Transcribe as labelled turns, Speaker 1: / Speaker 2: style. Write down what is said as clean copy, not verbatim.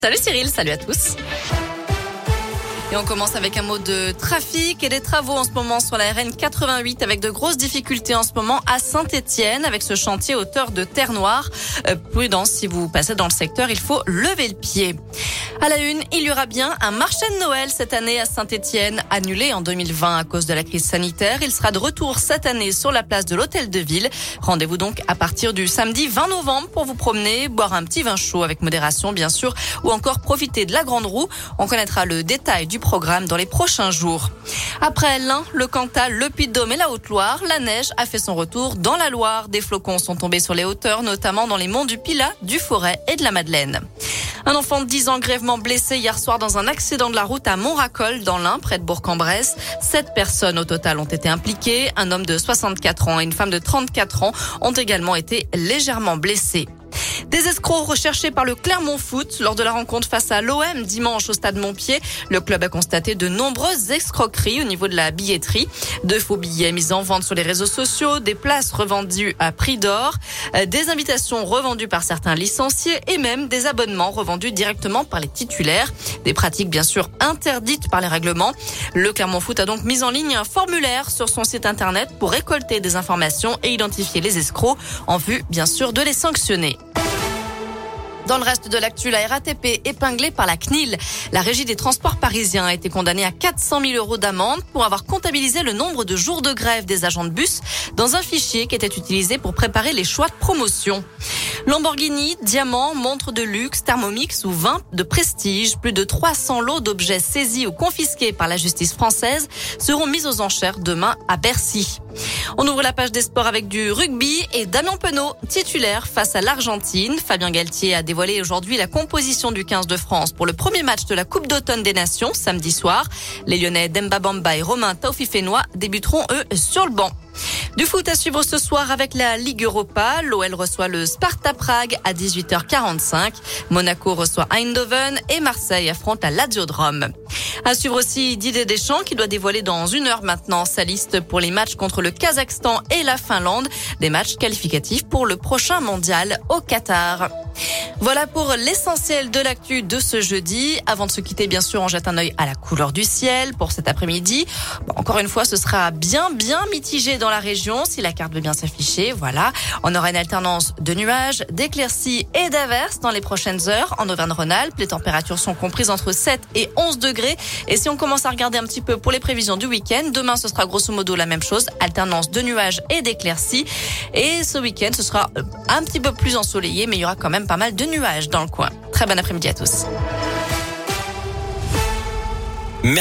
Speaker 1: Salut Cyril, salut à tous. Et on commence avec un mot de trafic et des travaux en ce moment sur la RN 88 avec de grosses difficultés en ce moment à Saint-Étienne avec ce chantier hauteur de Terre Noire. Prudence, si vous passez dans le secteur, il faut lever le pied. À la une, il y aura bien un marché de Noël cette année à Saint-Étienne, annulé en 2020 à cause de la crise sanitaire. Il sera de retour cette année sur la place de l'Hôtel de Ville. Rendez-vous donc à partir du samedi 20 novembre pour vous promener, boire un petit vin chaud avec modération bien sûr, ou encore profiter de la Grande Roue. On connaîtra le détail du programme dans les prochains jours. Après l'Ain, le Cantal, le Puy-de-Dôme et la Haute-Loire, la neige a fait son retour dans la Loire. Des flocons sont tombés sur les hauteurs, notamment dans les monts du Pilat, du Forêt et de la Madeleine. Un enfant de 10 ans grièvement blessé hier soir dans un accident de la route à Montracol, dans l'Ain, près de Bourg-en-Bresse. 7 personnes au total ont été impliquées. Un homme de 64 ans et une femme de 34 ans ont également été légèrement blessés. Des escrocs recherchés par le Clermont Foot lors de la rencontre face à l'OM dimanche au stade Montpied. Le club a constaté de nombreuses escroqueries au niveau de la billetterie. De faux billets mis en vente sur les réseaux sociaux, des places revendues à prix d'or, des invitations revendues par certains licenciés et même des abonnements revendus directement par les titulaires. Des pratiques bien sûr interdites par les règlements. Le Clermont Foot a donc mis en ligne un formulaire sur son site internet pour récolter des informations et identifier les escrocs en vue bien sûr de les sanctionner. Dans le reste de l'actu, la RATP épinglée par la CNIL. La Régie des transports parisiens a été condamnée à 400 000 € d'amende pour avoir comptabilisé le nombre de jours de grève des agents de bus dans un fichier qui était utilisé pour préparer les choix de promotion. Lamborghini, diamants, montres de luxe, Thermomix ou vin de prestige. Plus de 300 lots d'objets saisis ou confisqués par la justice française seront mis aux enchères demain à Bercy. On ouvre la page des sports avec du rugby et Damien Penaud, titulaire face à l'Argentine. Fabien Galtier a dévoilé aujourd'hui la composition du 15 de France pour le premier match de la Coupe d'automne des Nations, samedi soir. Les Lyonnais Demba Bamba et Romain Taufifénois débuteront, eux, sur le banc. Du foot à suivre ce soir avec la Ligue Europa. L'OL reçoit le Sparta Prague à 18h45. Monaco reçoit Eindhoven et Marseille affronte la Lazio de Rome. À suivre aussi Didier Deschamps qui doit dévoiler dans 1 heure maintenant sa liste pour les matchs contre le Kazakhstan et la Finlande. Des matchs qualificatifs pour le prochain mondial au Qatar. Voilà pour l'essentiel de l'actu de ce jeudi. Avant de se quitter, bien sûr, on jette un œil à la couleur du ciel pour cet après-midi. Bon, encore une fois, ce sera bien mitigé dans la région si la carte veut bien s'afficher. Voilà. On aura une alternance de nuages, d'éclaircies et d'averses dans les prochaines heures. En Auvergne-Rhône-Alpes, les températures sont comprises entre 7 et 11 degrés. Et si on commence à regarder un petit peu pour les prévisions du week-end, demain, ce sera grosso modo la même chose. Alternance de nuages et d'éclaircies. Et ce week-end, ce sera un petit peu plus ensoleillé, mais il y aura quand même pas mal de nuages dans le coin. Très bon après-midi à tous.